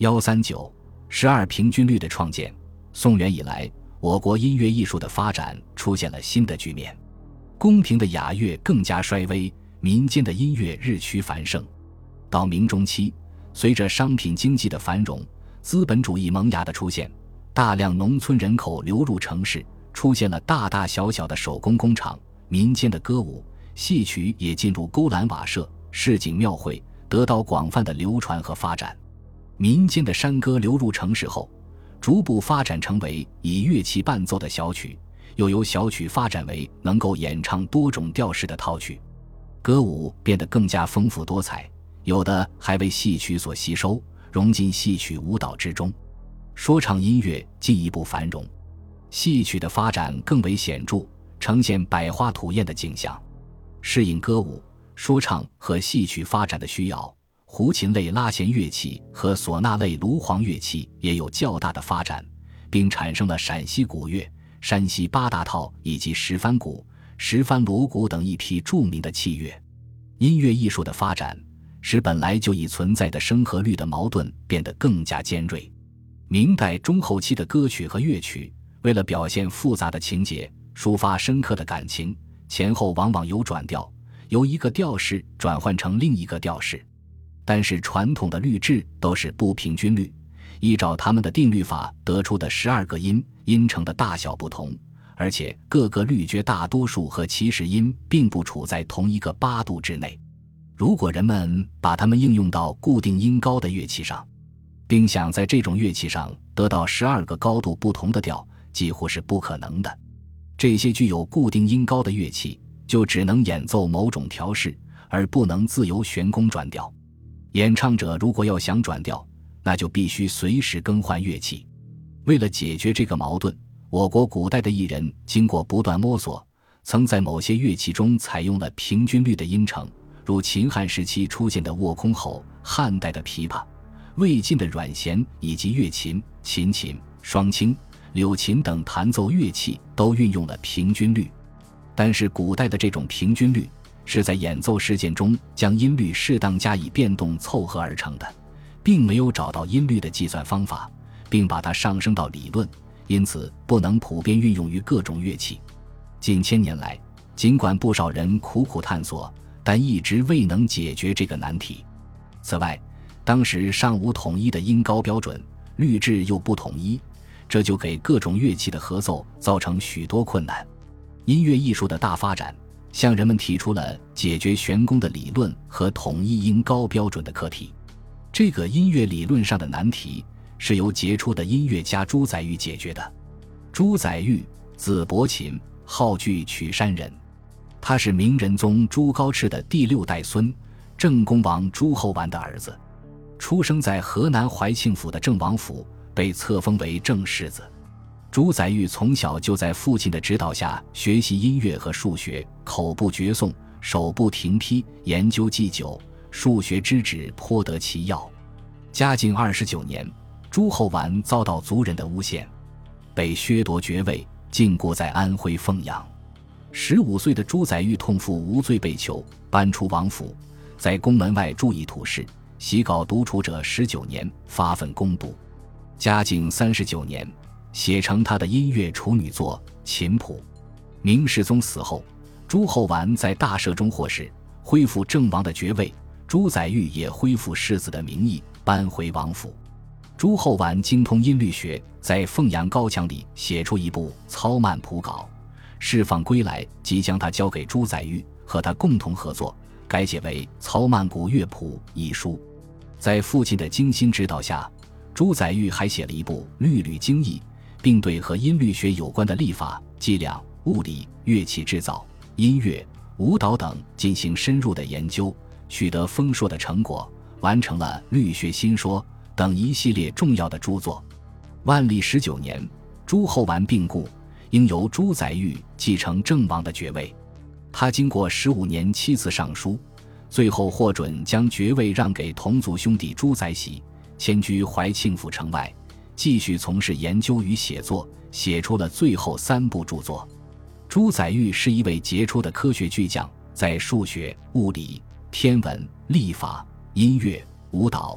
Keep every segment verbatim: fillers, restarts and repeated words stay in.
一三九十二平均律的创建。宋元以来，我国音乐艺术的发展出现了新的局面，宫廷的雅乐更加衰微，民间的音乐日趋繁盛。到明中期，随着商品经济的繁荣，资本主义萌芽的出现，大量农村人口流入城市，出现了大大小小的手工工厂，民间的歌舞、戏曲也进入勾栏瓦舍、市井庙会，得到广泛的流传和发展。民间的山歌流入城市后，逐步发展成为以乐器伴奏的小曲，又由小曲发展为能够演唱多种调式的套曲。歌舞变得更加丰富多彩，有的还为戏曲所吸收，融进戏曲舞蹈之中。说唱音乐进一步繁荣，戏曲的发展更为显著，呈现百花吐艳的景象。适应歌舞、说唱和戏曲发展的需要，胡琴类拉弦乐器和唢呐类芦簧乐器也有较大的发展，并产生了陕西鼓乐、山西八大套以及十番鼓、十番锣鼓等一批著名的器乐。音乐艺术的发展使本来就已存在的声和律的矛盾变得更加尖锐。明代中后期的歌曲和乐曲，为了表现复杂的情节，抒发深刻的感情，前后往往有转调，由一个调式转换成另一个调式。但是传统的律制都是不平均律，依照他们的定律法得出的十二个音，音程的大小不同，而且各个律诀大多数和起始音并不处在同一个八度之内。如果人们把它们应用到固定音高的乐器上，并想在这种乐器上得到十二个高度不同的调，几乎是不可能的。这些具有固定音高的乐器就只能演奏某种调式，而不能自由旋弓转调。演唱者如果要想转调，那就必须随时更换乐器。为了解决这个矛盾，我国古代的艺人经过不断摸索，曾在某些乐器中采用了平均律的音程，如秦汉时期出现的卧箜篌、汉代的琵琶、魏晋的阮弦以及乐琴、琴琴、双清、柳琴等弹奏乐器都运用了平均律。但是古代的这种平均律是在演奏事件中将音律适当加以变动凑合而成的，并没有找到音律的计算方法，并把它上升到理论，因此不能普遍运用于各种乐器。近千年来，尽管不少人苦苦探索，但一直未能解决这个难题。此外，当时尚无统一的音高标准，律制又不统一，这就给各种乐器的合奏造成许多困难。音乐艺术的大发展向人们提出了解决旋弓的理论和统一音高标准的课题。这个音乐理论上的难题是由杰出的音乐家朱载堉解决的。朱载堉，字伯禽，号巨曲山人，他是明仁宗朱高炽的第六代孙，郑公王朱厚绾的儿子，出生在河南怀庆府的郑王府，被册封为郑世子。朱载堉从小就在父亲的指导下学习音乐和数学，口部绝诵，手部停批，研究祭酒，数学之旨颇得其要。嘉靖二十九年，朱厚绾遭到族人的诬陷，被削夺爵位，禁锢在安徽凤阳。十五岁的朱载堉痛负无罪被囚，搬出王府，在宫门外注意土事，习稿独处者十九年，发奋攻读。嘉靖三十九年，写成他的音乐处女作《琴谱》。明世宗死后，朱厚绾在大赦中获释，恢复郑王的爵位，朱载堉也恢复世子的名义，搬回王府。朱厚绾精通音律学，在凤阳高墙里写出一部《操曼谱稿》，释放归来即将它交给朱载堉，和他共同合作，改写为《操曼古乐谱》一书。在父亲的精心指导下，朱载堉还写了一部《律吕经义》，并对和音律学有关的历法、计量、物理、乐器制造、音乐、舞蹈等进行深入的研究，取得丰硕的成果，完成了《律学新说》等一系列重要的著作。万历十九年，朱厚绾病故，应由朱载堉继承郑王的爵位。他经过十五年七次上书，最后获准将爵位让给同族兄弟朱载喜，迁居怀庆府城外，继续从事研究与写作，写出了最后三部著作。朱载堉是一位杰出的科学巨匠，在数学、物理、天文、历法、音乐、舞蹈、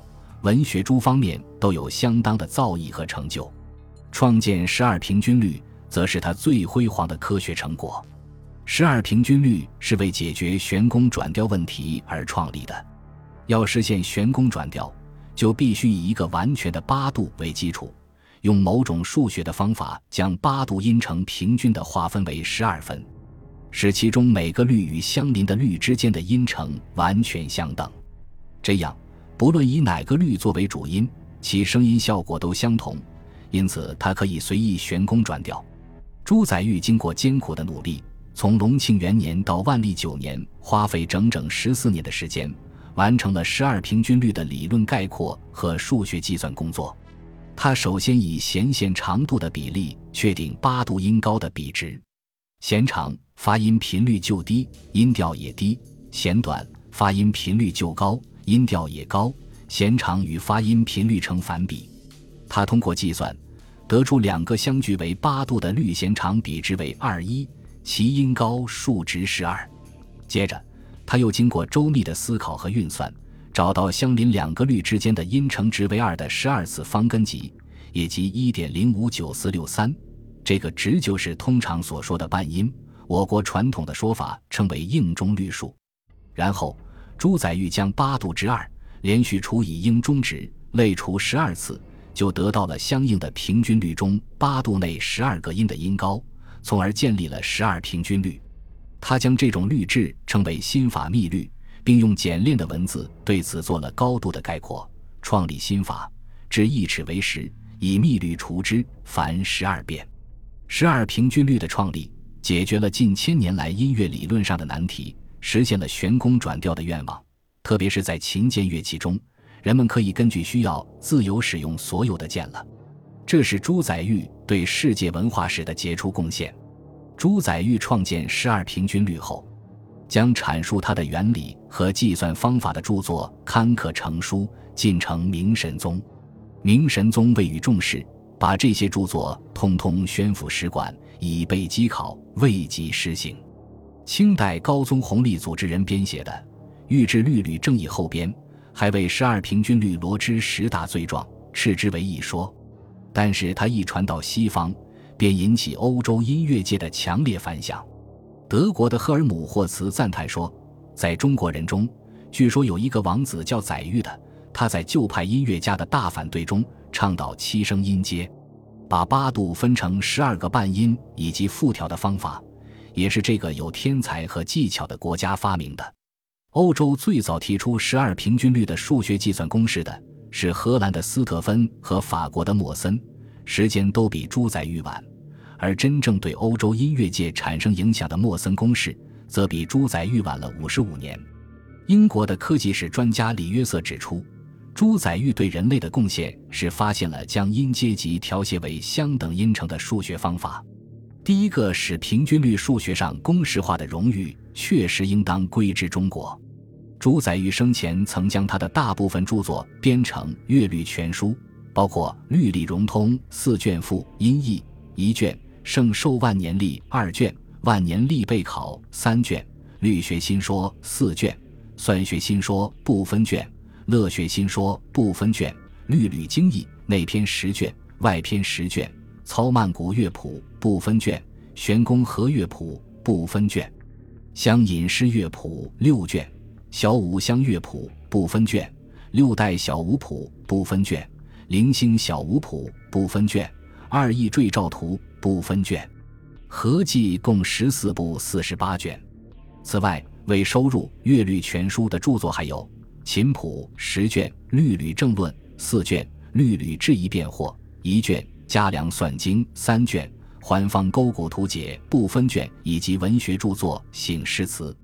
文学诸方面都有相当的造诣和成就。创建十二平均律则是他最辉煌的科学成果。十二平均律是为解决旋弓转调问题而创立的。要实现旋弓转调，就必须以一个完全的八度为基础，用某种数学的方法将八度音程平均地划分为十二分，使其中每个律与相邻的律之间的音程完全相等。这样，不论以哪个律作为主音，其声音效果都相同，因此它可以随意旋弓转调。朱载堉经过艰苦的努力，从隆庆元年到万历九年，花费整整十四年的时间，完成了十二平均律的理论概括和数学计算工作。他首先以弦线长度的比例确定八度音高的比值，弦长发音频率就低，音调也低；弦短发音频率就高，音调也高，弦长与发音频率成反比。他通过计算得出两个相距为八度的律弦长比值为二十一，其音高数值是二。接着他又经过周密的思考和运算，找到相邻两个律之间的音程值为二的十二次方根级，也即 一点零五九四六三， 这个值就是通常所说的半音，我国传统的说法称为应中律数。然后朱载堉将八度之二连续除以应中值，类除十二次，就得到了相应的平均律中八度内十二个音的音高，从而建立了十二平均律。他将这种律制称为新法密律，并用简练的文字对此做了高度的概括，创立新法，置一尺为十，以密律除之，凡十二遍。十二平均律的创立解决了近千年来音乐理论上的难题，实现了旋弓转调的愿望。特别是在琴键乐器中，人们可以根据需要自由使用所有的键了。这是朱载堉对世界文化史的杰出贡献。朱载堉创建十二平均律后，将阐述它的原理和计算方法的著作刊刻成书，进呈明神宗。明神宗未予重视，把这些著作通通宣抚使馆，以备机考，未及施行。清代高宗弘历组织人编写的《御制律吕正义》后编，还为十二平均律罗织十大罪状，斥之为一说。但是它一传到西方，便引起欧洲音乐界的强烈反响。德国的赫尔姆霍茨赞叹说，在中国人中，据说有一个王子叫载堉的，他在旧派音乐家的大反对中倡导七声音阶，把八度分成十二个半音以及复调的方法，也是这个有天才和技巧的国家发明的。欧洲最早提出十二平均律的数学计算公式的是荷兰的斯特芬和法国的莫森，时间都比朱载堉晚，而真正对欧洲音乐界产生影响的莫森公式则比朱载堉晚了五十五年。英国的科技史专家李约瑟指出，朱载堉对人类的贡献是发现了将音阶级调谐为相等音程的数学方法。第一个使平均律数学上公式化的荣誉确实应当归之中国。朱载堉生前曾将他的大部分著作编成《乐律全书》，包括《律例融通》四卷附音译一卷，《圣寿万年历》二卷，《万年历备考》三卷，《律学新说》四卷，《算学新说》部分卷，《乐学新说》部分卷，《律吕经义》内篇十卷，外篇十卷，《操曼谷乐谱》部分卷，《玄宫和乐谱》部分卷，《湘饮诗乐谱》六卷，《小五香乐谱》部分卷，《六代小五谱》部分卷，《零星小五谱》部分卷，《二义坠照图》部分卷，合计共十四部四十八卷。此外，未收入《乐律全书》的著作还有《琴谱》十卷，《律吕正论》四卷，《律吕质疑辩惑》一卷，《嘉良算经》三卷，《环坊沟谷图解》部分卷，以及文学著作《醒诗词》。